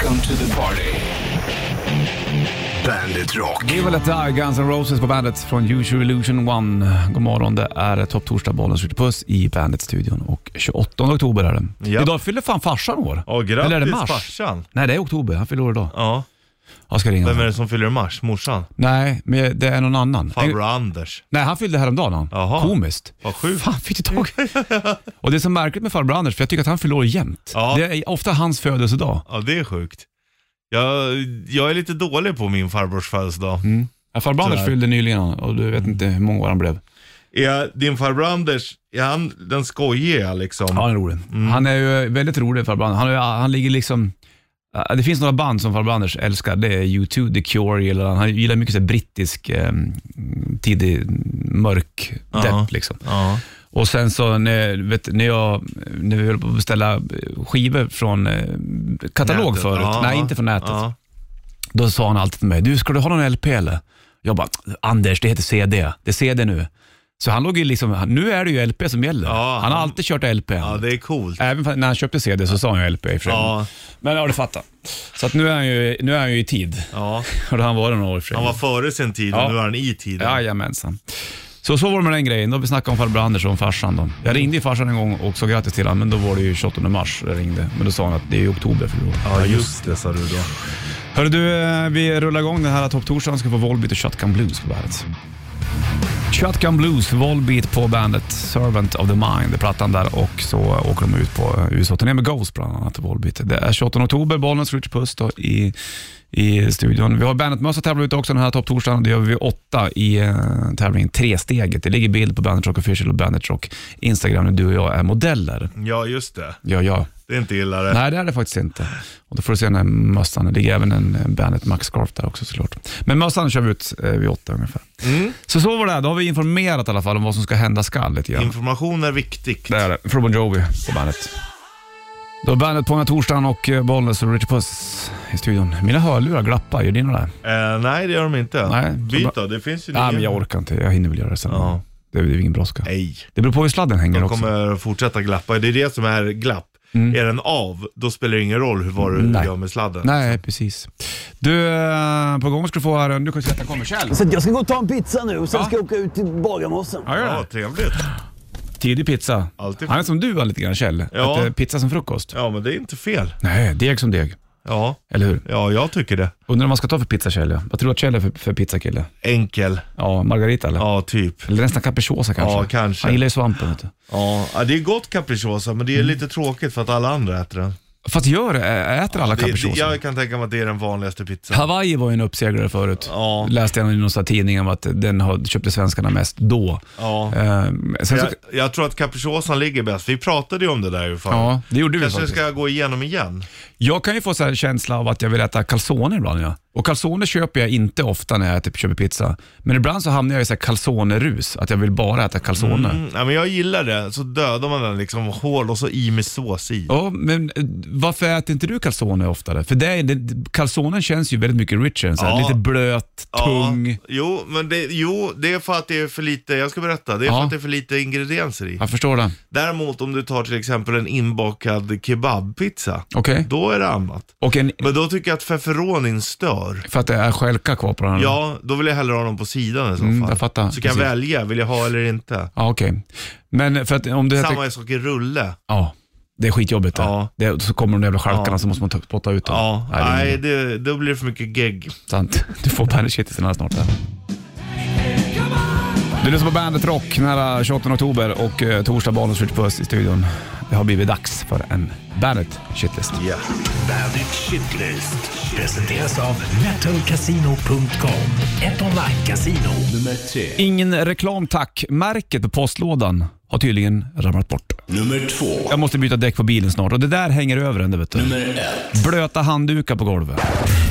Welcome to the party. Bandit Rock. Det är väl ett Guns N' Roses på bandet från Use Your Illusion 1. God morgon, det är topp torsdag, bollen skjuter puss i Bandit-studion. Och 28 oktober är det. Yep. Idag fyller fan farsan år. Grattis. Eller är det mars? Farsan. Nej, det är oktober, han fyller år idag. Ja. Jag ska ringa. Vem är det som fyller i mars? Morsan? Nej, men det är någon annan. Farbror Anders. Nej, han fyllde häromdagen han. Jaha. Komiskt. Vad sjukt. Fan, fick du tag? Och det är så märkligt med farbror Anders, för jag tycker att han fyller år jämt. Ja. Det är ofta hans födelsedag. Ja, det är sjukt. Jag är lite dålig på min farbrors födelsedag. Ja, farbror Anders fyllde nyligen och du vet inte hur många år han blev. Din farbror Anders, är han den skojiga liksom? Ja, han är rolig. Han är ju väldigt rolig, farbror Anders. Han ligger liksom... Det finns några band som farbror Anders älskar. Det är U2, The Cure, eller han gillar mycket så brittisk tidig mörk depp liksom. Ja. Och sen så när vi höll på att beställa skivor från katalog nätet. förut. Ja. Nej, inte från nätet. Ja. Då sa han alltid till mig: du, ska du ha någon LP eller? Jag bara: Anders, det heter CD. Det är CD nu. Så han låg ju liksom, nu är det ju LP som gäller. Ja, han har alltid kört LP. Ja, det är coolt. Även när han köpte CD så sa han ju LP i och för sig. Ja. Men ja, du fattar. Så att nu är han ju i tid. Ja. Och då har han varit några år i och för sig. Han var före sin tid och nu är han i tiden. Jajamensan. Så var det med den grejen. Då har vi snackat om farbror Anders och om farsan då. Jag ringde ju farsan en gång och så grattis till han, men då var det ju 28 mars jag ringde. Men då sa han att det är ju oktober för då. Ja, just det, sa du då. Hörru du, vi rullar igång den här topptorsdagen. Ska få Volbeat och Shotgun Blues på bandet. Shotgun Blues, Volbeat på bandet, Servant of the Mind, det plattan där, och så åker de ut på USA-turné med Ghost bland annat, Volbeat. Det är 28 oktober, Bollnäs Rich Puss då i studion. Vi har Bandet-mössa tävlar ut också den här topptorsdagen. Det gör vi 8 i tävlingen 3-steget. Det ligger bild på Bandit Rock Official och Bandit Rock Instagram när du och jag är modeller. Ja, just det. Ja. Det är inte illa det. Nej, det är det faktiskt inte. Och då får du se den här mössan. Det ligger även en Bandit Max Scarf där också såklart. Men mössan kör vi ut vid 8 ungefär. Så var det. Då har vi informerat i alla fall om vad som ska hända skallet. Information är viktigt. Det är det. Från Bon Jovi på bandet. Då är bandet på den här torsdagen och Bollnäs och Richard Puss i studion. Mina hörlurar glappar, gör dina där? Nej, det gör de inte. Nej, byt då, det finns ju Nej, men jag orkar inte. Jag hinner väl göra det sen. Ja. Det är ingen brådska. Nej. Det beror på hur sladden hänger De också. kommer fortsätta glappa. Det är det som är glapp. Är den av, då spelar det ingen roll vad du gör med sladden. Nej, precis. Du, på gång ska du få här. Du kan sätta kommer Kjell. Så jag ska gå och ta en pizza nu och sen ska jag åka ut till Bagarmossen. Ja, gör det. Ja, trevligt. Tidig pizza. Alltid. Han är som du var lite grann, Kjell. Ja. Att, pizza som frukost. Ja, men det är inte fel. Nej, deg som deg. Ja. Eller hur? Ja, jag tycker det. Undrar vad man ska ta för pizza, Kjell. Vad tror du att Kjell är för pizzakille? Enkel. Ja, margarita eller? Ja, typ. Eller nästan capricciosa kanske. Ja, kanske. Han gillar ju svampen, vet du. Ja, det är gott capricciosa, men det är lite tråkigt för att alla andra äter den. Fast äter alla capricciosa? Jag kan tänka mig att det är den vanligaste pizzan. Hawaii var ju en uppseglare förut. Ja. Läste jag i någon tidning om att den köpte svenskarna mest då. Ja. Jag tror att capricciosan ligger bäst. Vi pratade ju om det där ju förut. Ja, det gjorde vi Kanske faktiskt. ska jag gå igenom igen. Jag kan ju få så här känsla av att jag vill äta calzone ibland, ja. Och calzone köper jag inte ofta när jag köper pizza. Men ibland så hamnar jag i så här calzone-rus, att jag vill bara äta calzone. Ja, men jag gillar det. Så dödar man den liksom hård och så i med sås i. Ja, men varför äter inte du calzone oftare? För calzonen känns ju väldigt mycket richer. Så här, lite blöt, tung. Ja, det är för att det är för lite, jag ska berätta, det är för att det är för lite ingredienser i. Jag förstår det. Däremot om du tar till exempel en inbakad kebabpizza, Okej. då är det annat. Men då tycker jag att pepperonin stör. För att det är skälka kvar på den? Ja, då vill jag hellre ha dem på sidan i så fall. Jag fattar. Så kan jag välja, vill jag ha eller inte. Ja, okej. Men för att om du Samma sak i rulle. Ja, det är skitjobbigt det. Ja. Så kommer de jävla skälkarna så måste man spotta ut dem. Ja, då blir det för mycket gegg. Sant. Du får Bandit Shitlist snart där. Du lyssnar på Bandit Rock nära 28 oktober och torsdag Bollnäs Rich Puss i studion. Det har blivit dags för en Bandit Shitlist. Ja. Bandit Shitlist presenteras av metalcasino.com. Ett online-casino. Nummer 3. Ingen reklam tack. Märket på postlådan har tydligen ramlat bort. Nummer 2. Jag måste byta däck på bilen snart och det där hänger över en, vet du. Nummer 1. Blöta handdukar på golvet.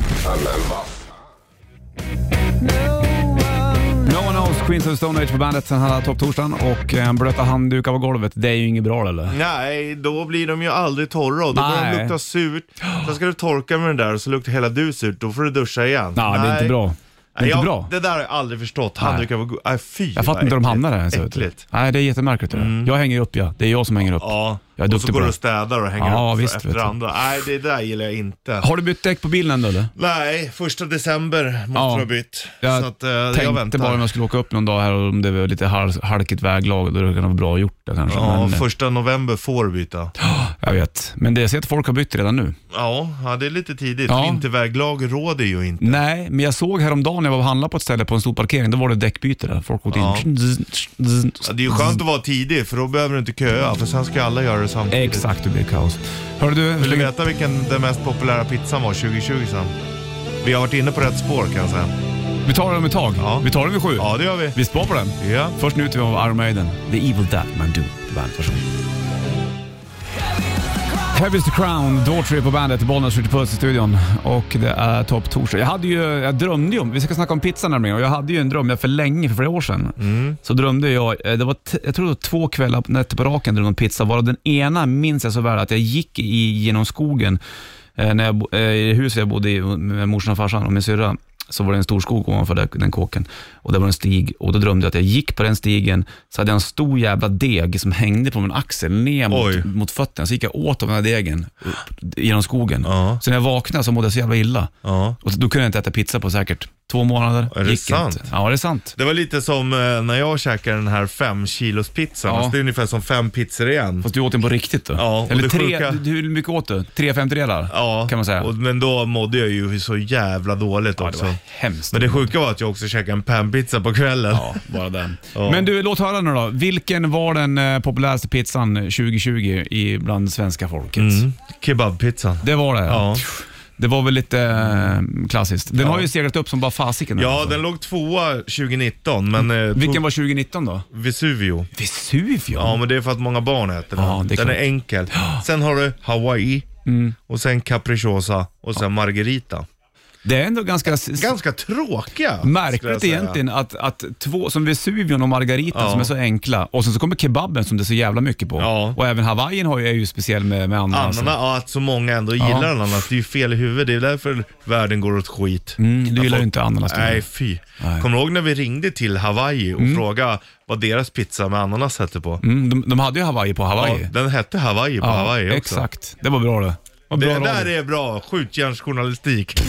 No One Knows, Queens of the Stone Age på bandet den här topptorsdagen och blöta handdukar på golvet, det är ju inget bra eller? Nej, då blir de ju aldrig torra och då börjar de lukta surt. Sen ska du torka med den där och så luktar hela du surt, då får du duscha igen. Nej, det är inte bra. Det är inte bra. Det där har jag aldrig förstått. Handdukar på fy. Jag fattar inte hur de hamnar där. Äckligt. Nej, det är jättemärkligt. Jag hänger upp, det är jag som hänger upp. Ja. Jag är och så går du och städar och hänger upp visst, efter andra. Nej, det där gillar jag inte. Har du bytt däck på bilen då eller? Nej, 1 december måste du ha bytt. Jag så att, tänkte jag väntar. bara om jag skulle åka upp någon dag här och om det var lite halkigt väglag, då det kan vara bra gjort det kanske. Ja, men, 1 november får du byta. Jag vet, men det är så att folk har bytt redan nu. Ja, det är lite tidigt. Ja. Vinterväglag råder ju inte. Nej, men jag såg häromdagen när jag var och handlade på ett ställe på en stor parkering, då var det däckbyte där. Folk åkte in. Ja, det är ju skönt att vara tidig, för då behöver du inte köa, för sen ska alla göra det samtidigt. Exakt, det blir kaos. Hör du, vill du veta vilken den mest populära pizzan var 2020 sen? Vi har varit inne på rätt spår kan jag säga. Vi tar den om ett tag. Ja. Vi tar den vid 7. Ja, det gör vi. Vi spar på den. Ja. Först nu till vi av Iron Maiden. The Evil That Man Do på bandet. Varsågod. Heavy's the Crown, Daughtry på bandet, Bollnäs skjuter puss i studion. Och det är topp torsdag. Jag drömde ju om, vi ska snacka om pizza nämligen, och jag hade ju en dröm för flera år sedan. Så drömde jag, jag tror det var 2 kvällar nätter på raken drömde om pizza. Varav den ena minns jag så väl att jag gick genom skogen när i huset jag bodde i med morsan och farsan och min syrra. Så var det en stor skog ovanför den kåken. Och det var en stig. Och då drömde jag att jag gick på den stigen. Så hade jag en stor jävla deg som hängde på min axel ner mot fötterna. Så gick jag åt av den här degen genom skogen. Så när jag vaknade så mådde jag så jävla illa. Och då kunde jag inte äta pizza på säkert 2 månader. Är det sant? Inte. Ja, det är sant. Det var lite som när jag käkade den här 5 kilos pizzan. Alltså det är ungefär som 5 pizzor igen. Fast du åt den på riktigt då? Ja. Eller 3, hur mycket åt du? 3/5 kan man säga. Men då mådde jag ju så jävla dåligt också. Det var hemskt. Men det sjuka var att jag också käkade en panpizza på kvällen. Ja, bara den. Men du, låt höra nu då. Vilken var den populäraste pizzan 2020 bland svenska folket? Kebabpizzan. Det var det, ja. Det var väl lite klassiskt. Den har ju seglat upp som bara fasiken. Ja, den låg 2 2019. Men, vilken var 2019 då? Vesuvio. Vesuvio? Ja, men det är för att många barn äter den. Ja, den är enkel. Sen har du Hawaii och sen Capricciosa och sen Margarita. Det är ändå ganska tråkiga. Märkligt egentligen att 2 som Vesuvion och Margarita som är så enkla, och sen så kommer kebaben som det är så jävla mycket på. Och även Hawaiian är ju speciell med ananas. Att så många ändå gillar ananas. Det är ju fel i huvudet. Det är därför världen går åt skit. Du gillar ju inte ananas. Nej, fy. Kommer du ihåg när vi ringde till Hawaii och frågade vad deras pizza med ananas hette på? De hade ju Hawaii på Hawaii. Ja, den hette Hawaii på Hawaii också. Exakt, det var bra det. Det där är bra, skjutjärnsjournalistik.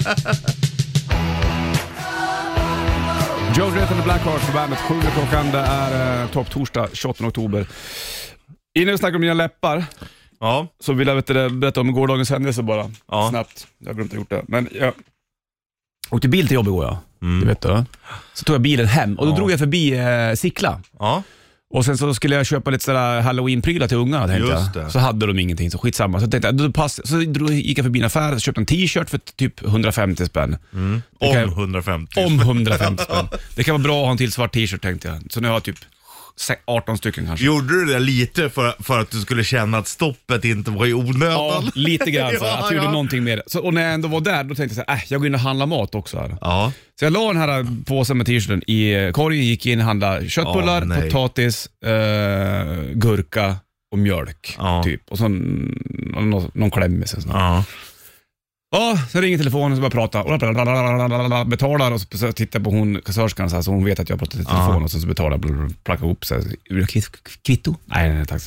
Joe Jett and the Blackhearts på bandet, 7 klockan, det är topp torsdag 28 oktober. Innan vi snackar om dina läppar så vill jag berätta om gårdagens händelse bara, snabbt. Jag har glömt att gjort det. Men jag åkte bil till jobb igår, det vet du. Så tog jag bilen hem och då drog jag förbi Sickla. Och sen så skulle jag köpa lite sådär Halloween-prylar till ungarna, tänkte jag. Så hade de ingenting, så skitsamma. Så tänkte jag, så gick jag förbi en affär och köpte en t-shirt för typ 150 spänn. Om 150 spänn. Det kan vara bra att ha en till svart t-shirt, tänkte jag. Så nu har jag typ 18 stycken kanske. Gjorde du det lite för att du skulle känna att stoppet inte var i onödan? Ja, lite grann så. Att jag gjorde någonting med det. Så, och när jag ändå var där, då tänkte jag så här, jag går in och handlar mat också här. Så jag la den här påsen med t-shirten i korgen, gick in och handlade köttbullar, potatis, gurka och mjölk typ. Och så någon kläm med sig. Så ringer telefonen och så börjar prata. Betalar och så tittar på hon kassörskan så hon vet att jag pratar i telefon och så betalar, plackar ihop så kvitto. Nej, tack.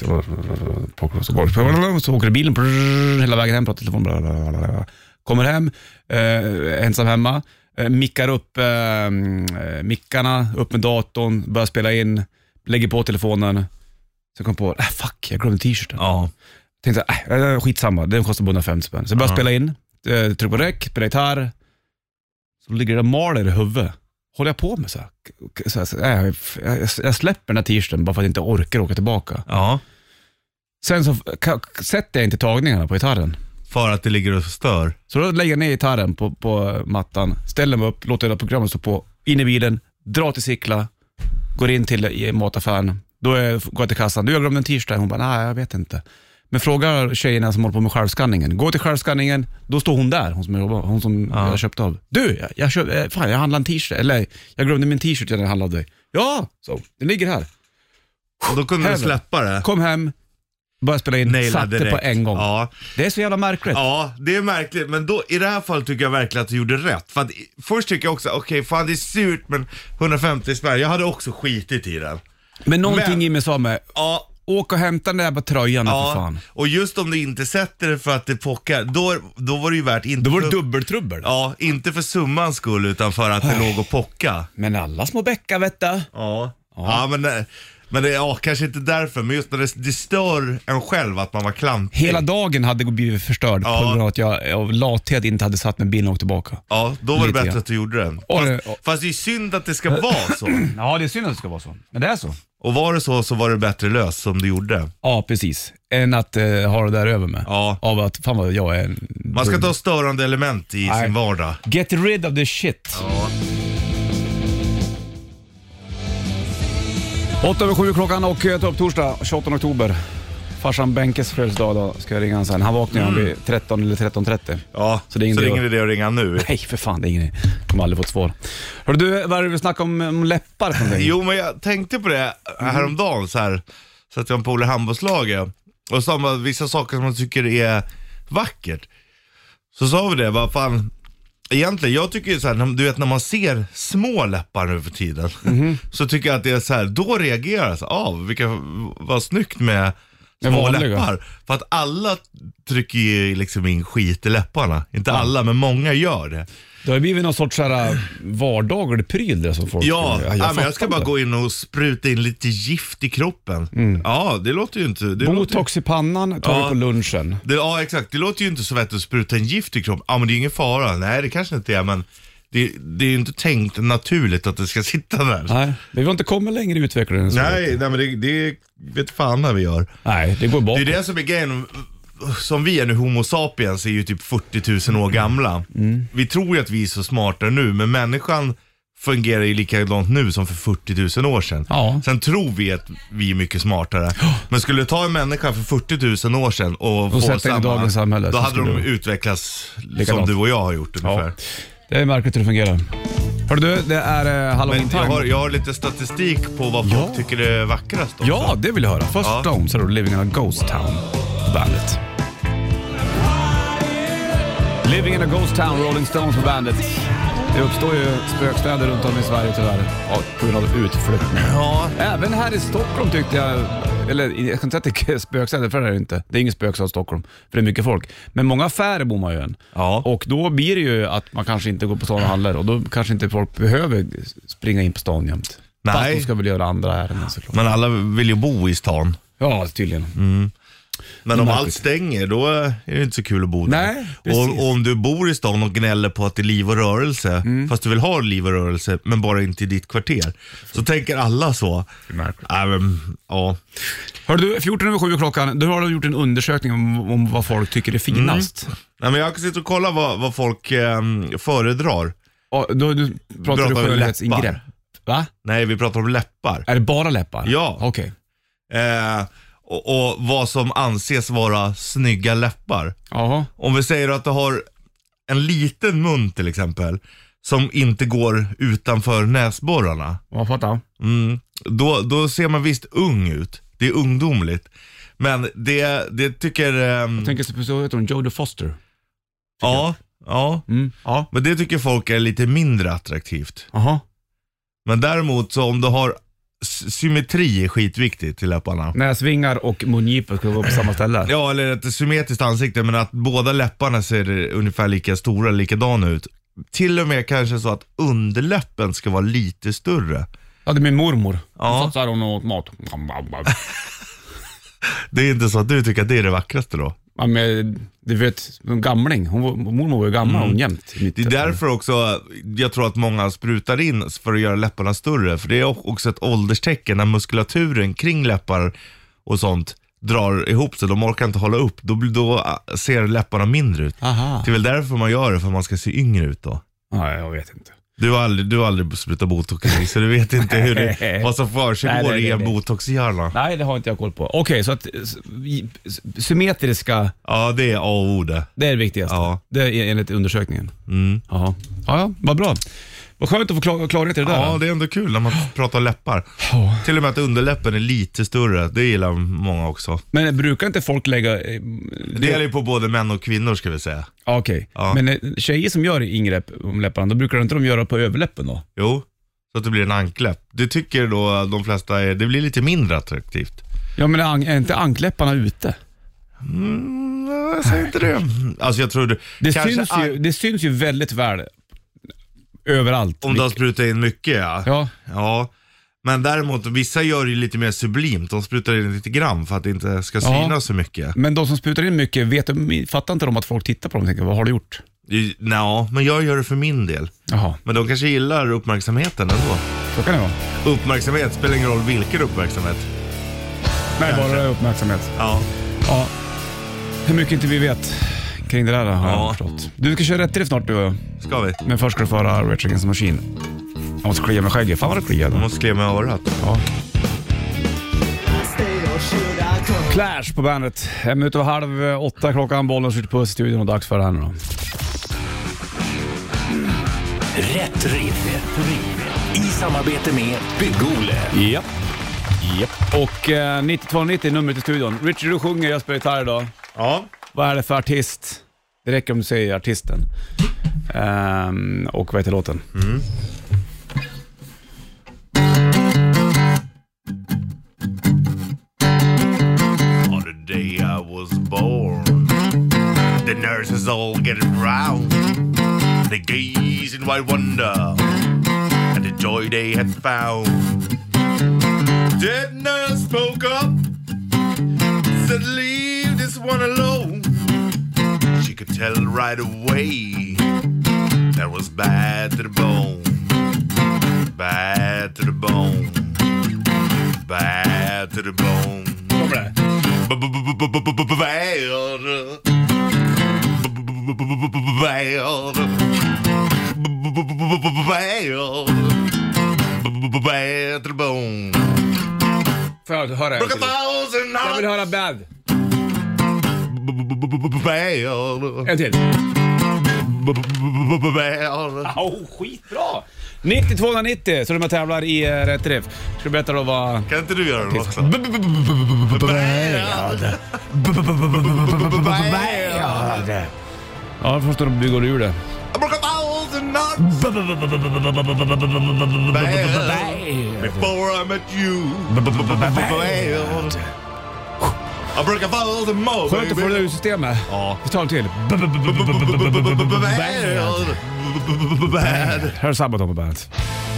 Så åker bilen hela vägen hem, pratar i telefon. Kommer hem, ensam hemma, mickar upp mickarna, upp med datorn, börjar spela in, lägger på telefonen. Så kom på, fuck, jag glömde t-shirten. Tänkte skitsamma, den kostar bara 150 spänn. Så jag börjar spela in. Tryck på räck, spela gitarr. Så ligger det maler i huvudet. Håller jag på med så här. Jag släpper den här t-shirten bara för att jag inte orkar åka tillbaka. Sen så sätter jag inte tagningarna på gitarren. För att det ligger och stör. Så då lägger jag ner gitarren på mattan, ställer mig upp, låter det programmet stå på, in i bilen, drar till Sickla, går in till mataffären. Då går jag till kassan. Du, jag glömde en t-shirt. Hon bara, nej, jag vet inte. Men frågar tjejerna som håller på med självskanningen. Gå till självskanningen, då står hon där, hon som jag köpte av. Du, jag handlade en t-shirt. Eller, jag glömde min t-shirt när jag handlade. Ja, så, den ligger här. Och då kunde du släppa det. Kom hem, började spela in, satte direkt på en gång. Det är så jävla märkligt. Ja, det är märkligt. Men då, i det här fallet tycker jag verkligen att du gjorde rätt. För att, först tycker jag också, okej, fan det är surt, men 150 spänn. Jag hade också skitit i den. Men någonting i mig sa med... Ja, Åk och hämta den där på tröjan för fan. Och just om du inte sätter det för att det pockar, då var det ju värt inte. Då var det dubbeltrubbel. Ja, inte för summans skull utan för att det låg och pocka. Men alla små bäckar, vet du. Ja, men det är kanske inte därför, men just när det stör en själv att man var klantig. Hela dagen hade blivit förstörd på grund av att jag av lathet inte hade satt med bilen och tillbaka. Ja, då var det bättre att du gjorde den. Fast det är synd att det ska vara så. Ja, det är synd att det ska vara så. Men det är så. Och var det så var det bättre löst som du gjorde. Ja, precis. Än att ha det där över med. Ja. Av att, fan vad jag är... Man ska ta störande element i sin vardag. Get rid of the shit. Ja. 8:07 klockan och torsdag 28 oktober. Farsan Benkes födelsedag då, ska jag ringa han sen. Han vaknar vid 13 eller 13:30. Ja, så det är ingen idé att ringa nu. Nej, för fan, det är ingen. Kommer aldrig få ett svar. Hörru du, vad är det vi snackar om läppar? Jo, men jag tänkte på det häromdagen så här. Så att jag på handbollslaget och sa vissa saker som man tycker är vackert. Så sa vi det, vad fan. Egentligen, jag tycker ju så här, du vet när man ser små läppar nu för tiden så tycker jag att det är så här, då reagerar jag så vad snyggt med små läppar. För att alla trycker ju liksom in skit i läpparna. Inte alla, men många gör det. Det har blivit någon sorts vardaglig pryl där som folk... Ja, men jag ska bara gå in och spruta in lite gift i kroppen. Ja, det låter ju inte... Botox i pannan tar vi på lunchen. Ja, exakt. Det låter ju inte så vett att spruta in gift i kroppen. Ja, men det är ingen fara. Nej, det kanske inte är, men... Det är ju inte tänkt naturligt att det ska sitta där. Nej, vi har inte kommit längre i utvecklingen. Nej, men det vet fan när vi gör. Nej, det går bort. Det är det som är grejen. Som vi är nu, Homo sapiens är ju typ 40 000 år gamla. Vi tror ju att vi är så smarta nu, men människan fungerar ju likadant nu som för 40 000 år sedan. Ja. Sen tror vi att vi är mycket smartare. Men skulle du ta en människa för 40 000 år sedan och få sätta i dagens samhälle, då hade de utvecklats likadant som du och jag har gjort ungefär. Ja. Det är märkligt hur det fungerar. Hörru du, det är Halloween time. Jag har lite statistik på vad folk tycker är vackrast också. Ja, det vill jag höra. Först Stones är Living in a Ghost Town på bandet. Living in a Ghost Town, Rolling Stones på bandet. Det uppstår ju spökstäder runt om i Sverige tyvärr. På grund av utflyttning. Ja. Även här i Stockholm tyckte jag... Eller jag kan inte säga att det är spökstäder, för det är det inte. Det är ingen spökstad i Stockholm, för det är mycket folk. Men många affärer bor man ju än. Ja. Och då blir det ju att man kanske inte går på stan och handlar. Och då kanske inte folk behöver springa in på stan jämt. Nej. Fast de ska väl göra andra ärenden såklart. Men alla vill ju bo i stan. Ja, tydligen. Men om allt stänger, då är det inte så kul att bo där. Nej, och om du bor i stan och gnäller på att det är liv och rörelse, fast du vill ha liv och rörelse, men bara inte i ditt kvarter, så tänker alla så. Ja. Hör du, 14:07 klockan, du har gjort en undersökning om vad folk tycker är finast. Nej, men jag kan sitta och kolla vad folk föredrar. Du pratar om skönhetsingrepp. Va? Nej, vi pratar om läppar. Är det bara läppar? Ja. Okej. Och vad som anses vara snygga läppar. Aha. Om vi säger att du har en liten mun till exempel, som inte går utanför näsborrarna. Jag fattar. Då ser man visst ung ut. Det är ungdomligt. Men det tycker... Jag tänker speciellt om Jodie Foster. Ja. Men det tycker folk är lite mindre attraktivt. Aha. Men däremot så om du har... Symmetri är skitviktigt till läpparna. Näsvingar och mungipor ska vara på samma ställe. Ja, eller ett symmetriskt ansikte, men att båda läpparna ser ungefär lika stora, likadana ut. Till och med kanske så att underläppen ska vara lite större. Ja, det är min mormor. Ja. Så satt hon och åt mat. Det är inte så att du tycker att det är det vackraste då? Ja, men du vet, en gamling. Mormor var ju gammal, hon jämt. Det är därför också jag tror att många sprutar in för att göra läpparna större. För det är också ett ålderstecken när muskulaturen kring läppar och sånt drar ihop sig. De orkar inte hålla upp. Då ser läpparna mindre ut. Aha. Det är väl därför man gör det, för att man ska se yngre ut då. Nej, jag vet inte. Du har aldrig sprutat botox, så du vet inte hur vad som försiggår i en botoxhjärna. Nej, det har inte jag koll på. Okej, så att symmetriska... Ja, det är A och O det. Det är det viktigaste. Ja. Det är enligt undersökningen. Jaha. Ja, vad bra. Vad skönt att få klarhet i det där. Ja, det är ändå kul när man pratar läppar. Till och med att underläppen är lite större. Det gillar många också. Men brukar inte folk lägga... Det är ju på både män och kvinnor, ska vi säga. Okej. Ja. Men tjejer som gör ingrepp om läpparna, då brukar inte de göra på överläppen då? Jo, så att det blir en ankläpp. Det tycker då de flesta det blir lite mindre attraktivt. Ja, men är inte ankläpparna ute? Jag säger inte det. Alltså jag tror det syns ju väldigt väl överallt. Om de sprutar in mycket, Ja. Ja. Men däremot, vissa gör det lite mer sublimt. De sprutar in lite grann för att det inte ska synas så mycket. Men de som sprutar in mycket, fattar inte de att folk tittar på dem och tänker, vad har du gjort? Ja, men jag gör det för min del. Jaha. Men de kanske gillar uppmärksamheten ändå. Så kan det vara. Uppmärksamhet spelar ingen roll vilken uppmärksamhet. Nej, bara uppmärksamhet. Ja. Ja. Hur mycket inte vi vet kring det där har jag förstått. Du ska köra rätt snart du. Ska vi? Men först ska du föra Rage Against the Machine. Jag måste klia med skägget. Fan vad det kliar. Jag måste klia med örat. Ja. Clash på bandet. 7:30 klockan. Bollen skjuter på studion och dags för det här nu då. Rätt riff. I samarbete med Bygg-Ole. Japp. Och 9290 numret till studion. Richard, du sjunger, jag spelar gitarr idag. Ja. Vad är det för artist? Det räcker om du säger artisten. Och vad heter låten? On the day I was born, the nurses all gathered round. They gazed in wide wonder at the joy they had found. Dead nurse spoke up, said leave this one alone. She could tell right away that was bad to the bone. Bad to the bone. Bad to the bone. Bad to the bone. Får jag höra en till? Jag vill höra bad. En till. Skitbra. 9290 så de tävlar i Rätt Riff. Ska du berätta då vad... Kan inte du göra det också? Ja, först då bygger du ur det. Before I met you. I broke a falls and more. Skönt att få det ur systemet. Ja. Vi tar en till. Här är Sabaton på bandet.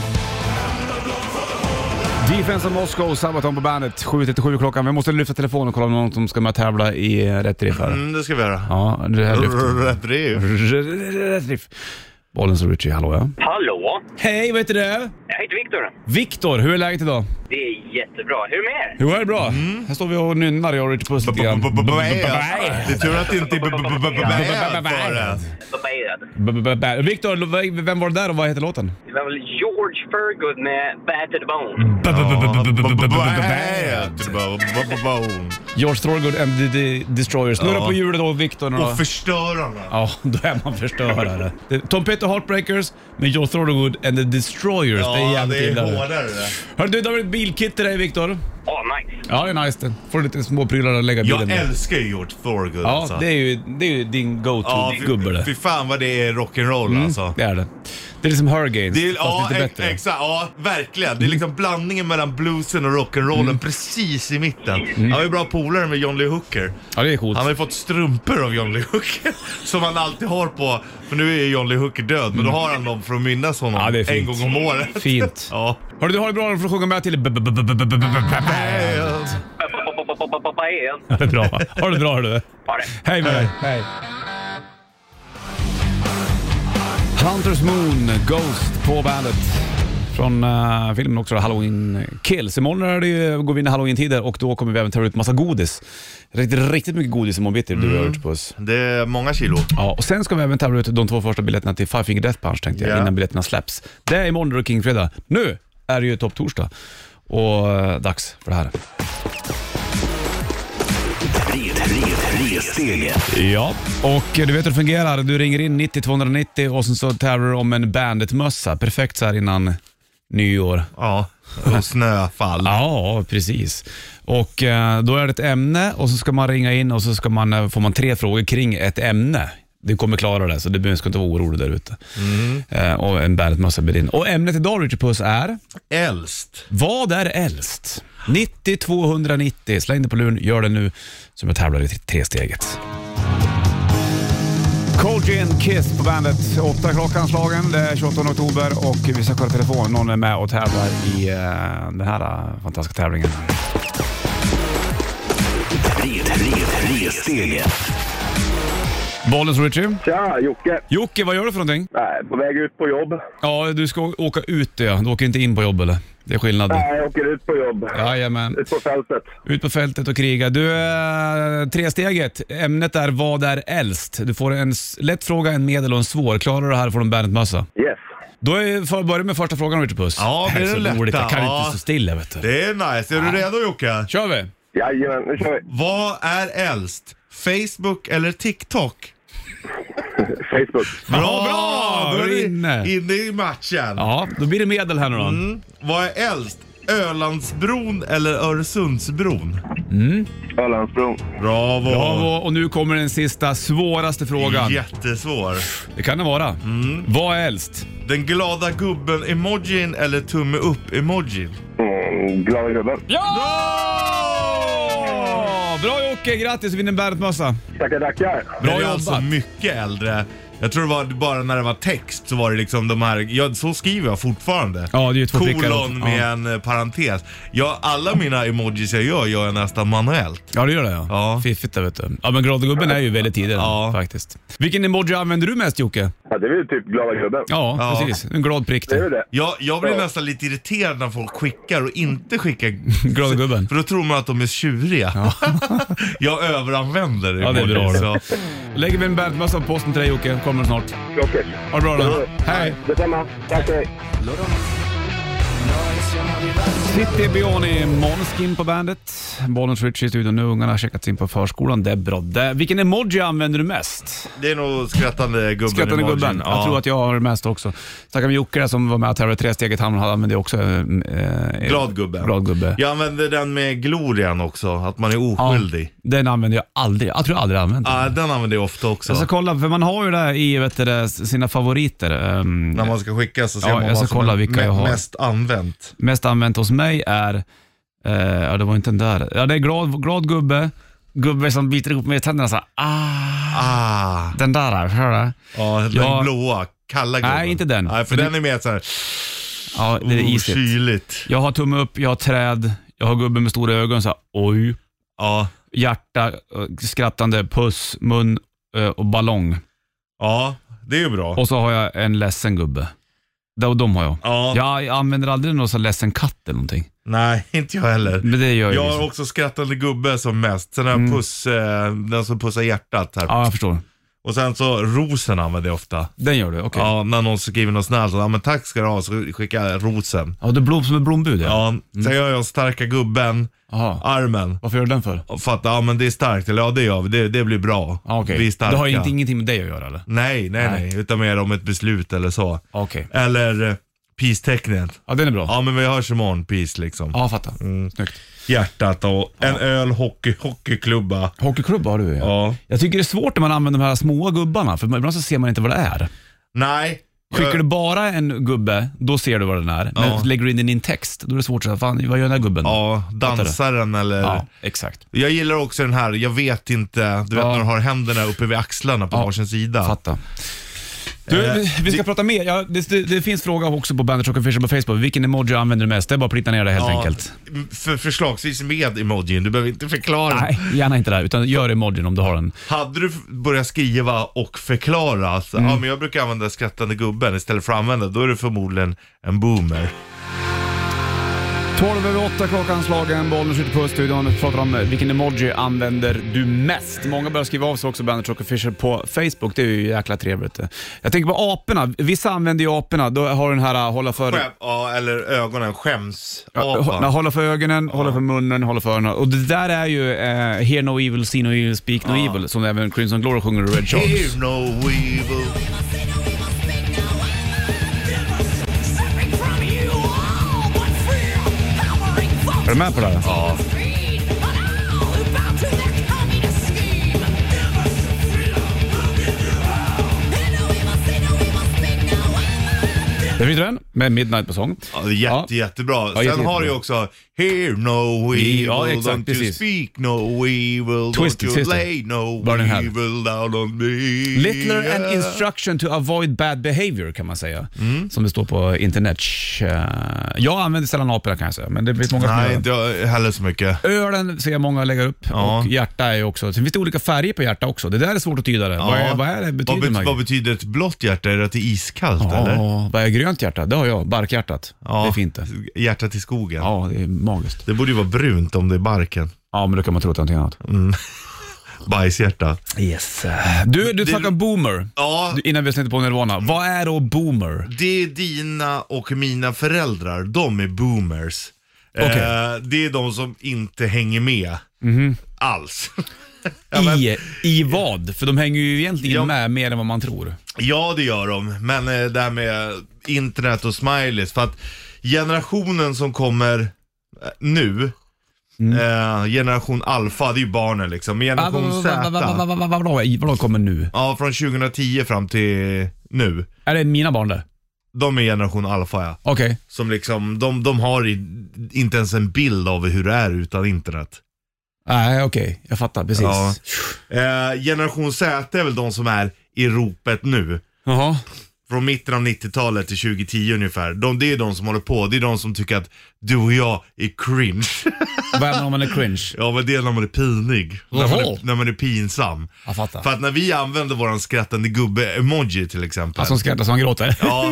Defense of Moscow, Sabaton på bandet. 7:37 klockan. Vi måste lyfta telefonen och kolla om någon som ska med tävla i Rätt Riff här. Det ska vi göra. Ja, det här lyfter. Rätt Riff. Rätt Riff. Bollens och Richie, hallå ja. Hallå? Hej, vad heter du? Jag heter Viktor. Viktor, hur är läget idag? Det är jättebra. Hur är det med er? Jo, är det bra. Här står vi och nynnar, jag och Richie Puss lite grann. Det är tur att det inte är Babaerad. Viktor, vem var det där och vad heter låten? Det var väl George Thorogood med Bad to the Bone. George Thorogood and the Destroyers. Snurra på hjulet då, Viktor. Och förstörarna. Ja, då är man förstörare. Tom Petty Heartbreakers med George Thorogood and the Destroyers. Ja, det är jävligt illa. hårdare det. Hörru du, då har vi ett bilkit till dig, Viktor. Nice. Ja, det är nice det. Får lite små prylar att lägga bilen Jag med. älskar ju George Thorogood. Ja, alltså. det är ju din go-to-gubbe det. Fy fan vad det är rock'n'roll alltså. Det är det. Det är liksom Hurricanes, Det är, fast lite bättre. Exakt, ja, verkligen. Det är liksom blandningen mellan bluesen och rock'n'rollen precis i mitten. Han var ju bra polare med John Lee Hooker. Ja, det är coolt. Han har ju fått strumpor av John Lee Hooker som han alltid har på, för nu är John Lee Hooker död, men då har han dem för att minnas honom Ja, det är fint. en gång om året. Fint. Ja. Hörru, du har det bra för att sjunga med till. Ja, det är bra. Har det bra, hörru. Ha det. Hej med dig. Hej. Hunters Moon, Ghost på bandet. Från filmen också, Halloween Kills. Imorgon är det ju, går vi in i Halloween-tider och då kommer vi även ta ut massa godis. Riktigt mycket godis imorgon bitter, du har hört på oss. Det är många kilo. Ja, och sen ska vi även ta ut de 2 första biljetterna till Five Finger Death Punch, tänkte jag, innan biljetterna släpps. Det är imorgon, då King-fredag. Nu är det ju topptorsdag och dags för det här. Tre-steget. Ja, och du vet hur det fungerar. Du ringer in 90-290 och sen så tävlar du om en Bandit-mössa. Perfekt så här innan nyår. Ja, och snöfall. Ja, precis. Och då är det ett ämne och så ska man ringa in och så ska får man 3 frågor kring ett ämne. Du kommer klara det, så du ska inte vara orolig där ute. Och en Bandet-mössa blir din. Och ämnet idag, Richard Puss, är... Äldst. Vad är äldst? 90-290. Släng dig på luren, gör det nu som jag tävlar i 3-steget. Cold Gin Kiss på bandet. 8 klockan slagen, det är 28 oktober och vi ska kolla telefon. Någon är med och tävlar i den här fantastiska tävlingen. 3-steget. Bollens Richie. Tja, Jocke. Jocke, vad gör du för någonting? Nej, på väg ut på jobb. Ja, du ska åka ut, ja. Du åker inte in på jobb, eller? Det är skillnad. Nej, jag åker ut på jobb. Jajamän. Ut på fältet. Ut på fältet och kriga. Du, 3-steget. Ämnet är vad är äldst? Du får en lätt fråga, en medel och en svår. Klarar du det här får du en Bandet-mössa. Yes. Då börjar med första frågan, Richard Puss. Ja, det är det lätta. Jag kan Ja. inte stå stilla, vet du. Det är nice. Är du redo, Jocke? Kör vi. Jajamän, nu kör vi. Vad är äldst? Facebook eller TikTok? Facebook. Bra! Då är Då är du du inne. inne i matchen. Ja, då blir det medel här nu då. Vad är äldst? Ölandsbron eller Öresundsbron? Ölandsbron. Bravo. Bravo, och nu kommer den sista svåraste frågan. Jättesvår. Det kan det vara. Vad är äldst? Den glada gubben-emojin eller tumme upp-emojin? Glada gubben. Bra Jocke, grattis, vinner en Bandet-mössa. Tackar. Bra Den är jobbat. alltså mycket äldre. Jag tror det var bara när det var text så var det liksom de här, ja, så skriver jag fortfarande. Ja, det är ju 2 prickar. Kolon med en parentes. Alla mina emojis jag gör nästan manuellt. Ja, det gör det, ja. Ja. Fiffigt det, vet du. Ja, men glada gubben är ju väldigt tidig faktiskt. Vilken emoji använder du mest, Jocke? Ja, det är väl typ glada gubben. Ja, precis. En glad prick Det är det. det. Jag blir nästan lite irriterad när folk skickar och inte skickar Glada gubben. för då tror man att de är tjuriga. Jag överanvänder Ja, det är bra emojis, det. Lägger vi en Bandet-mössa på posten till dig, Jocke. Kommer snart. Okej. Ha det bra då. Hej. Detsamma. Tack, hej. City Bioni, Måneskin på bandet. Bollens Richie i studion nu. Ungarna har checkat in på förskolan. Det är bra. Vilken emoji använder du mest? Det är nog skrattande gubben. Skrattande emojin. gubben. Jag tror att jag har det mest också. Snackar med Jocke som var med och tävlade 3-steget. Han använde också Glad gubbe. glad gubbe. Jag använder den med glorian också, att man är oskyldig. Den använder jag aldrig. Jag tror jag aldrig använt den. Ja, den använder jag ofta också. Jag ska kolla, för man har ju det i sina favoriter. När man ska skicka så ser Ja, man jag ska vad som kolla är vilka jag har. mest använt. Mest använt hos mig är det var inte den där. Ja, det är glad gubbe som biter ihop med tänderna så här. Den där, hör du? Ja, den Ja. blåa, kalla gubben. Nej, inte den. Nej, för den är mer så här. Ja, det är isigt. Kyligt. Jag har tumme upp, jag har träd, jag har gubben med stora ögon så här, oj. Ja. Hjärta, skrattande, puss, mun och ballong. Ja, det är ju bra. Och så har jag en ledsen gubbe. De har jag. Ja. Jag använder aldrig någon sån ledsen katt eller någonting. Nej, inte jag heller. Men det gör Jag jag har också skrattande gubbe som mest. Sen har jag den som pussar hjärtat här. Ja, jag förstår. Och sen så rosen använder jag ofta. Den gör du, okej. Ja, när någon skriver något snällt så, ja men tack ska du ha, så skickar jag rosen. Ja, det är blom som ett blombud. Ja, sen gör jag starka gubben, Aha. armen. Varför gör du den för? För att, ja men det är starkt, eller ja det gör vi, det blir bra. Ah, okej. Vi är starka. Det har ingenting med dig att göra, eller? Nej, utan mer om ett beslut eller så. Okej. Eller peace-tecknet. Ja, den är bra. Ja men vi hörs imorgon, peace liksom. Ja, fattar. Snyggt. Hjärtat och en öl, hockeyklubba. Hockeyklubb har du, Ja. Jag tycker det är svårt när man använder de här små gubbarna, för ibland så ser man inte vad det är. Nej. Skickar du bara en gubbe, då ser du vad den är. Men lägger du in den i en text, då är det svårt att säga, fan, vad gör den här gubben? Ja, dansaren eller... Ja, exakt. Jag gillar också den här, jag vet inte, du vet när du har händerna uppe vid axlarna på varsin sida. Fatta. Du, vi ska prata mer. Ja, det finns fråga också på Bandet Rock Official på Facebook. Vilken emoji använder du mest? Det är bara att plita ner det helt enkelt. Förslagsvis med emojin, du behöver inte förklara. Nej, gärna inte det, utan gör emojin om du har den. Hade du börjat skriva och förklara, alltså, ja men jag brukar använda skrattande gubben istället för att använda, då är det förmodligen en boomer. 12:08 klockan slagen, bollen skjuter på studion och pratar om vilken emoji använder du mest. Många börjar skriva av sig också Bandet Rock Official på Facebook, det är ju jäkla trevligt. Jag tänker på aporna, vissa använder ju aporna, då har den här hålla för... Ja, eller ögonen, skäms. Hålla för ögonen, hålla för munnen, hålla för öronen. Och det där är ju Hear No Evil, See No Evil, Speak No Evil, som även Crimson Glory sjunger i Red Charles. Hear no evil. Är du med på det här? Ja. Det finns den med Midnight på sång. Ja, det är jättebra. Sen jättebra. har du också Hear no evil, Ja, exakt, don't you precis. speak no evil, Twisted don't you Sister. lay no Burning Hell. evil down on me. Littler an instruction to avoid bad behavior kan man säga. Som det står på internet. Jag använder sällan apor kan jag säga, men det finns många som Nej, gör. inte heller så mycket. Ölen ser jag många lägga upp Ja. och hjärta är ju också. Sen finns det olika färger på hjärta också. Det där är svårt att tyda det. Vad är det betyder? Vad betyder ett blått hjärta? Är det att det är iskallt eller? Ja, vad är grönt hjärta? Det har jag, barkhjärtat. Ja, Det är fint det. Hjärtat i skogen. Ja, det är magiskt. Det borde ju vara brunt om det är barken. Ja, men då kan man tro att det är någonting annat. Bajshjärta. Yes. Du snackar boomer. Ja, Innan vi släppte på Nirvana. Vad är då boomer? det är dina och mina föräldrar. De är boomers. Okej. Det är de som inte hänger med alls. I vad? För de hänger ju egentligen Ja. med mer än vad man tror. Ja, det gör de. Men det här med internet och smileys. För att generationen som kommer nu, generation alfa, det är ju barnen liksom. Men generation Z, Vadå kommer nu? ja, från 2010 fram till nu. Är det mina barn där? De är generation alfa, ja. Okej. Som liksom, de har inte ens en bild av hur det är utan internet. Nej, okej. Jag fattar, precis. Ja. Generation Z är väl de som är i ropet nu. Jaha. Från mitten av 90-talet till 2010 ungefär. Det är de som håller på. Det är de som tycker att du och jag är cringe. Vad är det om man är cringe? Ja, men det är när man är pinig. När man är pinsam. Jag fattar. För att när vi använder våran skrattande gubbe-emoji till exempel. Alltså skrattar så han gråter. Ja,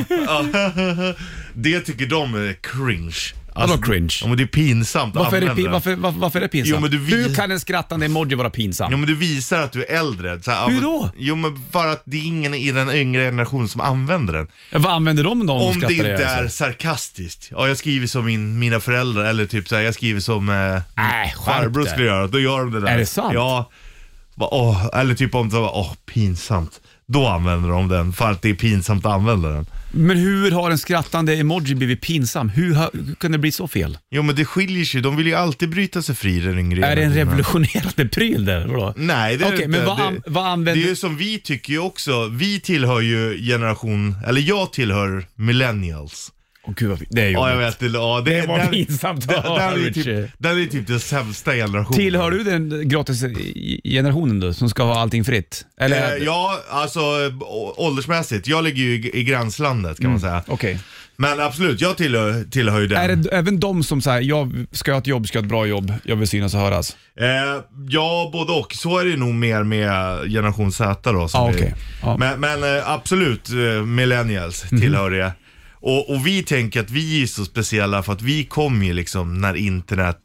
det tycker de är cringe. Vadå cringe? Ja, men det är pinsamt att Varför är, använda. varför är det pinsamt? Jo, men Hur kan en skrattande emoji vara pinsam? Jo, men du visar att du är äldre. Så här, Hur då? Jo, men för att det är ingen i den yngre generationen som använder den. Vad använder de då Om det skrattar inte alltså? är sarkastiskt. Ja, jag skriver som mina föräldrar. Eller typ så här, jag skriver som skärp farbror dig. skulle göra. Då gör de det där. Är det sant? Ja. Eller typ om det var pinsamt. Då använder de den. För att det är pinsamt att använda den. Men hur har en skrattande emoji blivit pinsam? Hur kan det bli så fel? Jo, men det skiljer sig. De vill ju alltid bryta sig fri, den yngre Är det en generationen. revolutionerande pryl där? Vadå? Nej, det är Okej, inte. men vad använder... Det är ju som vi tycker ju också. Vi tillhör ju jag tillhör millennials. Åh gud, det är ju... Ja, jag vet. Ja, Det var pinsamt. Den är typ den sämsta generationen. Tillhör du den gratis generationen då, som ska ha allting fritt? Eller? Ja, alltså åldersmässigt. Jag ligger ju i gränslandet kan man säga. Okej. Men absolut, jag tillhör ju den. Är det även de som säger, jag ska ha ett jobb, ska ha ett bra jobb, jag vill synas och höras? Ja, både och. Så är det nog mer med generation Z då. Som okej. Ja. Men absolut, millennials tillhör det. Och vi tänker att vi är så speciella för att vi kom ju liksom när internet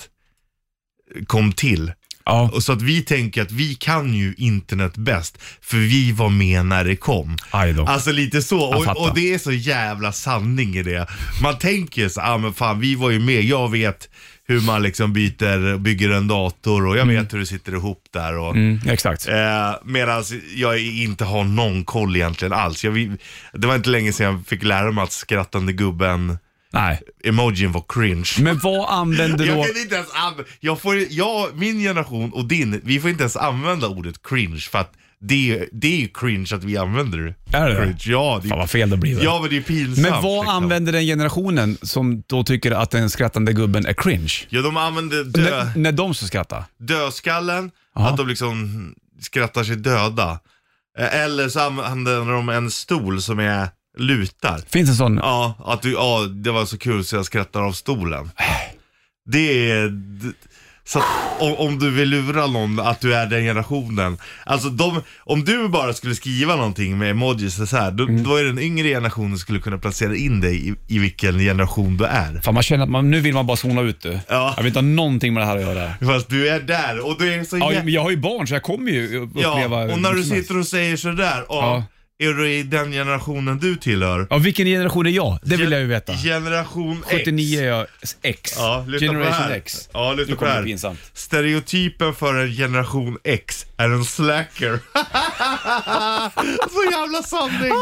kom till. Ja. Och så att vi tänker att vi kan ju internet bäst. För vi var med när det kom. Aj då. Alltså lite så. Jag fattar. Och det är så jävla sanning i det. Man tänker så, men fan vi var ju med. Jag vet hur man liksom bygger en dator. Och jag vet hur det sitter ihop där. Och, Exakt. medan jag inte har någon koll egentligen alls. Det var inte länge sedan jag fick lära mig att skrattande gubben Nej. emojin var cringe. Men vad använder då... Jag kan inte ens min generation och vi får inte ens använda ordet cringe för att det är ju cringe att vi använder det. Är det? Cringe. Ja, Fan vad fel det blir. Ja, men det är pinsamt. Men vad liksom. använder den generationen som då tycker att den skrattande gubben är cringe? Ja, de använder När de ska skratta? dödskallen, Aha. att de liksom skrattar sig döda. Eller så använder de en stol som är lutar. Finns en sån? Ja, det var så kul så jag skrattar av stolen. Det är... Så att, om du vill lura någon att du är den generationen. Alltså om du bara skulle skriva någonting med emojis så här, då är den yngre generationen skulle kunna placera in dig i vilken generation du är. Fan, man känner att nu vill man bara zona ut du. Ja. Jag vill inte ha någonting med det här att göra. Fast du är där och du är så Ja, men jag har ju barn så jag kommer ju uppleva... Ja, och när du sitter och säger sådär, Ja. är du i den generationen du tillhör? Ja, vilken generation är jag? Det vill jag ju veta. Generation X. 79 är jag X. Ja, lyssna på Generation här. X. Ja, lyssna Nu på kommer det här. pinsamt. Stereotypen för en generation X är en slacker. Så jävla sanning.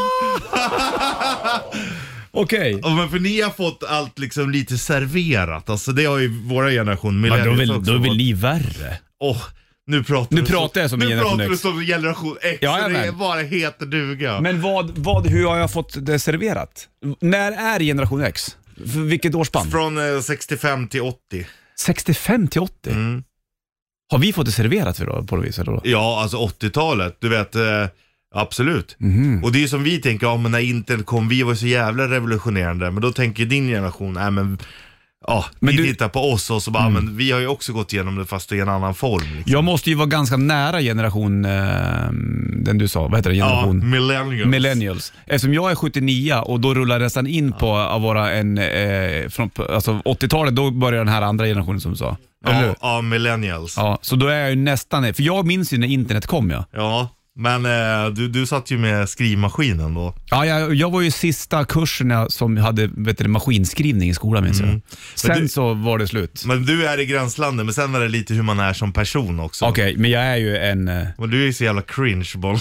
Okej. Ja, men för ni har fått allt liksom lite serverat. Alltså det har ju våra generation Men millennials då också vill fått. ni värre. Nu pratar jag som en generation Nu pratar du X. som generation X. Ja, så det jajamän. är bara heter duga. Men hur har jag fått det serverat? När är generation X? För vilket årsspann? Från 65 till 80. 65 till 80? Har vi fått det serverat för då, på något vis? Eller då? Ja, alltså 80-talet. Du vet, absolut. Och det är ju som vi tänker, men när internet kom, vi var så jävla revolutionerande. Men då tänker din generation, men vi tittar på oss och så bara, men vi har ju också gått igenom det fast i en annan form. Liksom. Jag måste ju vara ganska nära generation, den du sa, vad heter det? Generation? Millennials. Eftersom jag är 79 och då rullar nästan in på att vara från 80-talet, då börjar den här andra generationen som du sa. Ja, millennials. Ja, så då är jag ju nästan, för jag minns ju när internet kom. Ja, men du satt ju med skrivmaskinen då. Ja, jag var ju sista kursen som hade maskinskrivning i skolan, minns jag. Sen så var det slut. Men du är i gränslandet, men sen är det lite hur man är som person också. Okej, men jag är ju en... Men du är ju så jävla cringe-boll.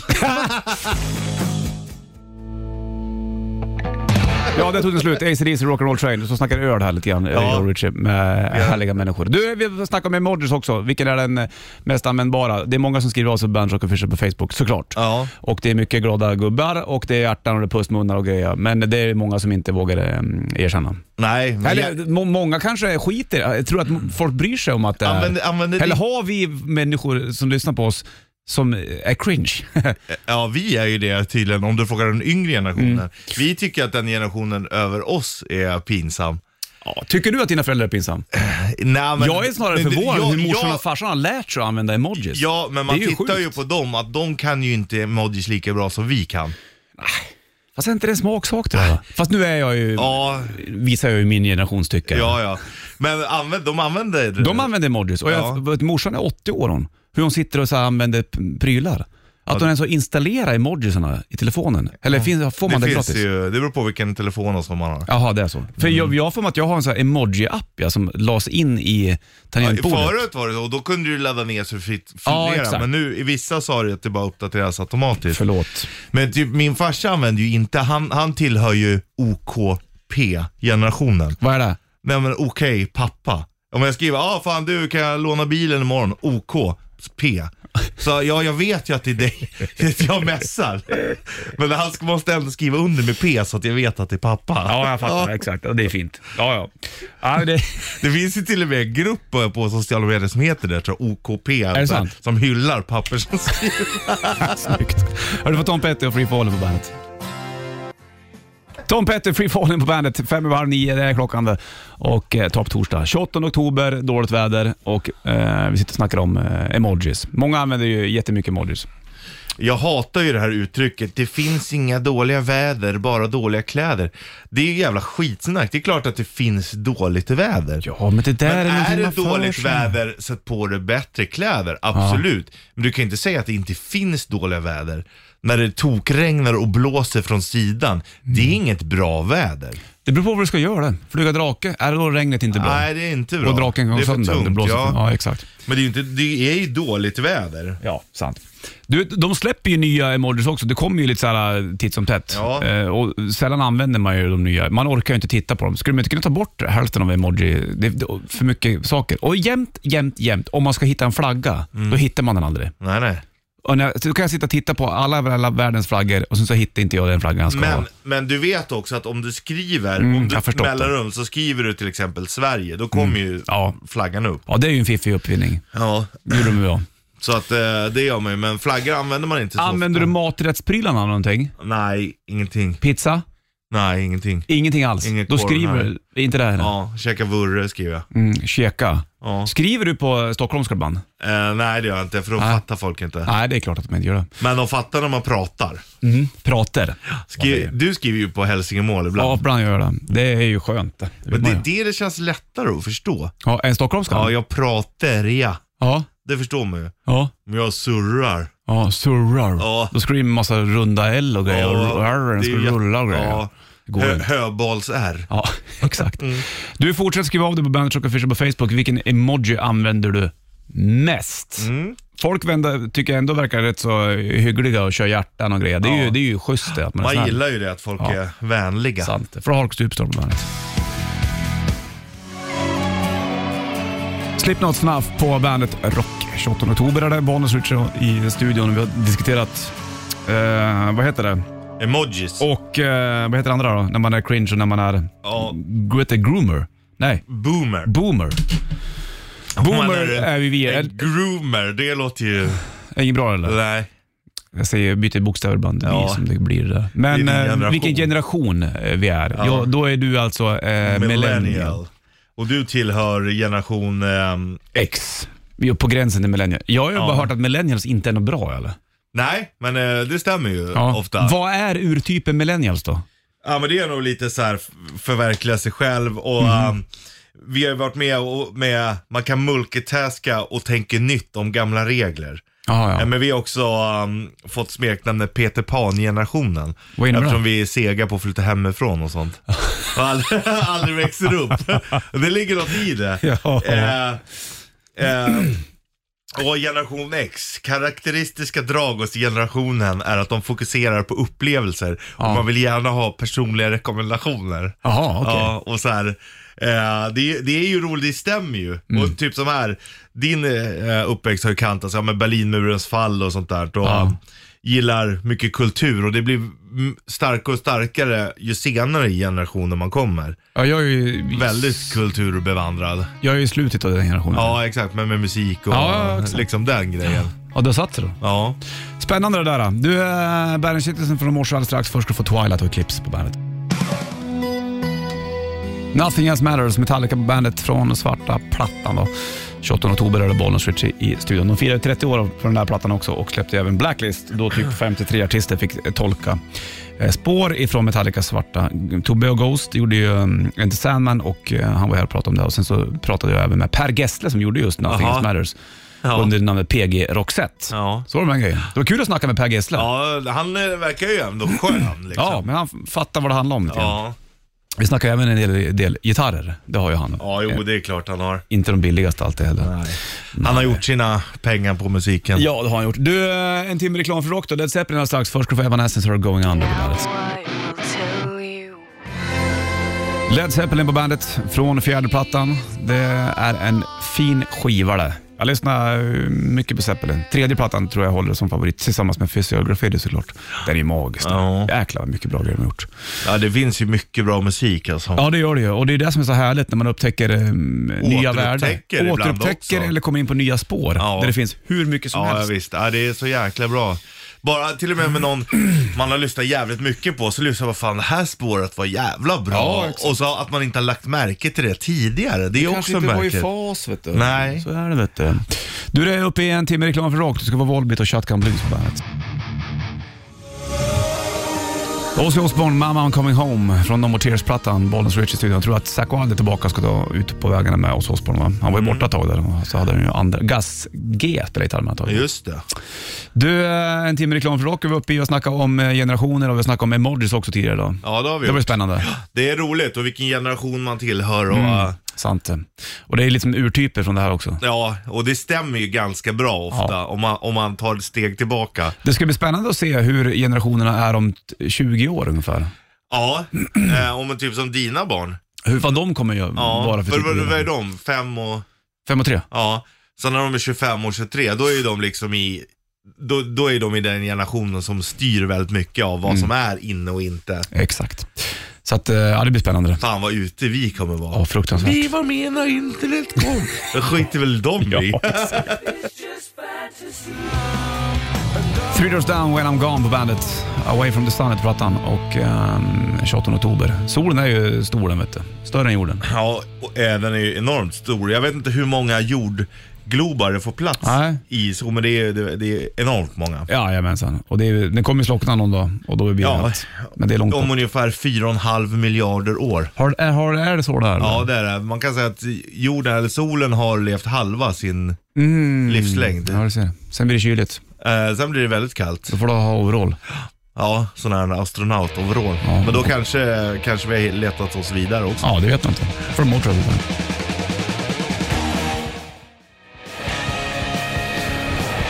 Ja, det tog det slut. AC/DC Rock'n'Roll Train. Så snackar öl här lite grann. Ja. Richie, med härliga människor. Du, vi snackar om emojis också. Vilken är den mest användbara? Det är många som skriver av sig på Bandrock Official på Facebook, såklart. Ja. Och det är mycket glada gubbar och det är hjärtan och det är pussmunnar och grejer. Men det är många som inte vågar erkänna. Nej. Men eller många kanske skiter. Jag tror att folk bryr sig om att det är... Eller har vi människor som lyssnar på oss som är cringe? Ja, vi är ju det tydligen, om du frågar den yngre generationen. Vi tycker att den generationen över oss är pinsam. Ja, tycker du att dina föräldrar är pinsam? Nej, men, jag är snarare förvånad hur morsan och farsan har lärt sig att använda emojis. Ja, men man tittar sjukt. ju på dem, att de kan ju inte emojis lika bra som vi kan. Fast är inte det en smaksak då? Fast nu är jag ju, visar jag ju min generationstycke. Ja. Men de använder emojis. Och morsan är 80 år hon. Hur hon sitter och så använder prylar. Att hon ens så installerar emojisarna i telefonen. Eller får man det gratis? Det beror på vilken telefon som man har. Jaha, det är så. För jag får att jag har en sån här emoji-app som lades in i tangentbordet. Förut var det så, och då kunde du ladda ner så flera. Men nu i vissa sa det att det bara uppdateras automatiskt. Förlåt. Men typ min farsa använder ju inte, han tillhör ju OKP-generationen. Vad är det? Nej, men okej, pappa. Om jag skriver, fan du, kan jag låna bilen imorgon? OKP. Så jag vet ju att det är dig jag mässar. Men han måste ändå skriva under med P så att jag vet att det är pappa. Ja, jag fattar, exakt. Det är fint. Ja, det finns ju till och med en grupp på sociala medier som heter det, tror jag, OKP. Är det sant? Som hyllar papper som skriver. Snyggt. Har du fått Tom Petty och Free Falling på bandet? Tom Petty, Free Falling på bandet, 8:05, det är klockan det. Och topp torsdag, 28 oktober, dåligt väder och vi sitter och snackar om emojis. Många använder ju jättemycket emojis. Jag hatar ju det här uttrycket, det finns inga dåliga väder, bara dåliga kläder. Det är ju jävla skitsnack, det är klart att det finns dåligt väder. Ja, men det där är det dåligt väder, sätt på dig bättre kläder, absolut. Ja. Men du kan inte säga att det inte finns dåliga väder. När det tokregnar och blåser från sidan, det är inget bra väder. Det beror på vad du ska göra. Flyga drake, är det då regnet inte bra? Nej, det är inte bra. Och draken kan gå sönder. Tungt, det blåser. Ja, exakt. Men det är ju dåligt väder. Ja, sant. De släpper ju nya emojis också. Det kommer ju lite så här titt som tätt. Ja. Och sällan använder man ju de nya. Man orkar ju inte titta på dem. Skulle man inte kunna ta bort hälften av emoji? Det är för mycket saker. Och jämt. Om man ska hitta en flagga, då hittar man den aldrig. Nej. Och så kan jag sitta och titta på alla världens flaggor och så hittar inte jag den flaggan jag ska ha. Men du vet också att om du skriver, om du mellanrum så skriver du till exempel Sverige, då kommer ju flaggan upp. Ja, det är ju en fiffig uppfinning. Ja. Det gjorde de ju. Så att det gör man ju, men flaggor använder man inte så ofta. Använder du maträttsprylarna någonting? Nej, ingenting. Pizza? Nej, ingenting. Ingenting alls? Då skriver du inte det här? Ja, käka vurre skriver jag. Käka. Ja. Skriver du på stockholmska band? Nej, det gör jag inte, för då fattar folk inte. Nej, det är klart att de inte gör det. Men de fattar när man pratar. Pratar. Du skriver ju på hälsingemål ibland. Ja, ibland gör jag det. Det är ju skönt. Men det känns lättare att förstå. Ja, en stockholmska? Ja, jag pratar, ja. Det förstår man ju. Ja. Men jag surrar. Ja, surrar. Ja. Då skriver man massa runda L och grejer. Och R ska rulla och grejer. Ja. Höbals-R. Ja, exakt. Du fortsätter skriva av dig på Bandrock Official på Facebook. Vilken emoji använder du mest? Folk tycker ändå verkar rätt så hyggliga och kör hjärtan och grejer. Det är ju schysst det, att man gillar ju det, att folk är vänliga. Sant. För Hulk Superstar på bandet. Slipknot Snuff på bandet Rock 28 oktober är det. Bonus Richard i studion. Vi har diskuterat, vad heter det? Emojis. Och vad heter det andra då? När man är cringe och när man är groomer. Nej. Boomer. Boomer är vi. Groomer, det låter ju... Är inget bra eller? Nej. Jag säger byter bokstäver ibland, som det blir det. Men vilken generation vi är. Ja, då är du alltså millennial. Och du tillhör generation X. Vi är på gränsen till millennial. Jag har ju bara hört att millennials inte är något bra, eller? Nej, men det stämmer ju ofta. Vad är urtypen millennials då? Ja, men det är nog lite så här förverkliga sig själv och vi har varit med man kan multitaska och tänka nytt om gamla regler. Men vi har också fått smeknamnet Peter Pan-generationen. Eftersom vi är sega på att flytta hemifrån och sånt. Och aldrig växer upp. Det ligger något i det. Och generation X, karaktäristiska drag hos generationen är att de fokuserar på upplevelser och man vill gärna ha personliga rekommendationer. Och så här, det är ju roligt, det stämmer ju. Och typ som här, din uppväxt har ju kantats med Berlinmurens fall och sånt där. Och gillar mycket kultur och det blir starkare och starkare ju senare i generationen man kommer. Ja, jag är ju väldigt kulturbevandrad. Jag är ju i slutet av den generationen. Ja, exakt, men med musik och liksom den grejen. Ja, det satt då. Ja. Spännande det där. Du är Bergen Kittelsen från morse alldeles strax. Först ska du få Twilight och Eclipse på bandet. Nothing Else Matters, Metallica på bandet från svarta plattan då. 28 oktober är det Bonus Richie i studion. De firade 30 år på den där plattan också och släppte även Blacklist. Då typ 53 artister fick tolka spår ifrån Metallicas svarta. Tobbe och Ghost gjorde ju Enter Sandman och han var här och pratade om det. Och sen så pratade jag även med Per Gessle som gjorde just Nothing Else Matters. Under namnet PG Roxette. Så var det en grej. Det var kul att snacka med Per Gessle. Ja, han verkar ju ändå skön liksom. Ja, men han fattar vad det handlar om lite. Ja. Vi snackar även en del gitarrer. Det har ju han. Ja, jo, det är klart han har. Inte de billigaste alltid heller. Nej. Han har gjort sina pengar på musiken. Ja, det har han gjort. Du, en timme reklam för rock då. Led Zeppelin strax. Först ska du få Evanescence or Going Under på bandet. Led Zeppelin på bandet från fjärde plattan. Det är en fin skiva det. Jag lyssnar mycket på Zeppelin. Tredje plattan tror jag håller som favorit tillsammans med Physiography såklart. Den är magisk. Jäklar mycket bra grejer de har gjort. Ja, det finns ju mycket bra musik alltså. Ja, det gör det ju. Och det är det som är så härligt när man upptäcker nya världar. Återupptäcker eller kommer in på nya spår. Där det finns hur mycket som helst. Ja, visst. Ja, det är så jäkla bra. Bara till och med någon man har lyssnat jävligt mycket på, så lyssnar vad fan, det här spåret var jävla bra. Och så att man inte har lagt märke till det tidigare. Det är också kanske inte märkligt. Var i fas, vet du. Nej. Så är det, vet du. Du är uppe i en timme reklam för rock. Du ska vara Volbeat och Shotgun Blues på bandet. Ozzy Osbourne, Mama I'm Coming Home från No More Tears-plattan, Bollnäs Richie-studion. Jag tror att Zack Wilde är tillbaka och ska ta ut på vägarna med Ozzy Osbourne, va? Han var ju borta ett tag där, så hade han ju andra Gas G spelade gitarr tag. Just det. Du, en timme reklam för rock. Vi var uppe i och snackade om generationer och vi snackade om emojis också tidigare då. Ja, det har vi. Det var spännande. Det är roligt och vilken generation man tillhör och... Sant. Och det är liksom urtyper från det här också. Ja, och det stämmer ju ganska bra ofta om man tar ett steg tillbaka. Det ska bli spännande att se hur generationerna är om 20 år ungefär. Ja, om typ som dina barn. Hur fan de kommer ju vara för vad är de? 5 och 3? Ja, så när de är 25 och 23 då är de liksom då är de i den generationen som styr väldigt mycket av vad som är inne och inte. Exakt. Så att, det blir spännande. Fan vad ute vi kommer vara. Ja, fruktansvärt. Vi var med när internet kom. Det skiter väl de i. Three Doors Down When I'm Gone på bandet. Away from the Sun heter plattan. Och 28 oktober. Solen är ju stor, den vet du. Större än jorden. Ja, och den är ju enormt stor. Jag vet inte hur många jordglobar det får plats i så, men det är enormt många. Ja, jajamensan. Och den kommer ju slockna någon dag och då blir det men det är långt om ungefär 4,5 miljarder år. Är det så där? Ja, det är det. Man kan säga att jorden eller solen har levt halva sin livslängd. Ja, det ser. Sen blir det kyligt. Sen blir det väldigt kallt. Då får du ha overall. Ja, sån här astronaut-overall. Ja. Men då kanske vi har letat oss vidare också. Ja, det vet man inte. För motor.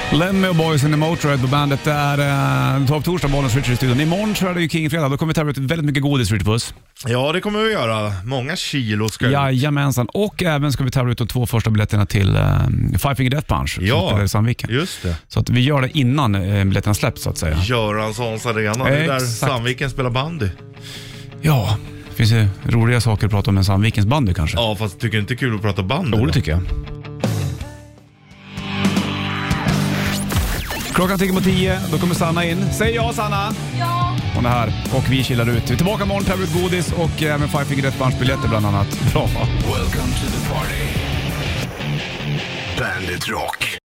Lemmy och Boys in the Motörhead på bandet. Det är Top Torsdag, Bollnäs Richard i studion. Imorgon tror jag det är ju King-fredag. Då kommer vi ta ut väldigt mycket godis, Richard Puss. Ja, det kommer vi göra. Många kilo ska ut. Jajamensan. Och även ska vi ta ut de 2 första biljetterna till Five Finger Death Punch. Ja, i Sandviken. just det. Så att vi gör det innan biljetterna släpps, så att säga. Göranssons arena. Det är där Exakt. Sandviken spelar bandy. Ja, det finns ju roliga saker att prata om en Sandvikens bandy kanske. Ja, fast tycker du inte det är kul att prata bandy? Jo, det tycker jag. Klockan tickar mot 10, då kommer Sanna in. Säg ja, Sanna! Ja. Hon är här och vi chillar ut. Vi är tillbaka imorgon, tar ut godis och även Five Finger Death Punch-biljetter bland annat. Bra. Welcome to the party. Bandit Rock.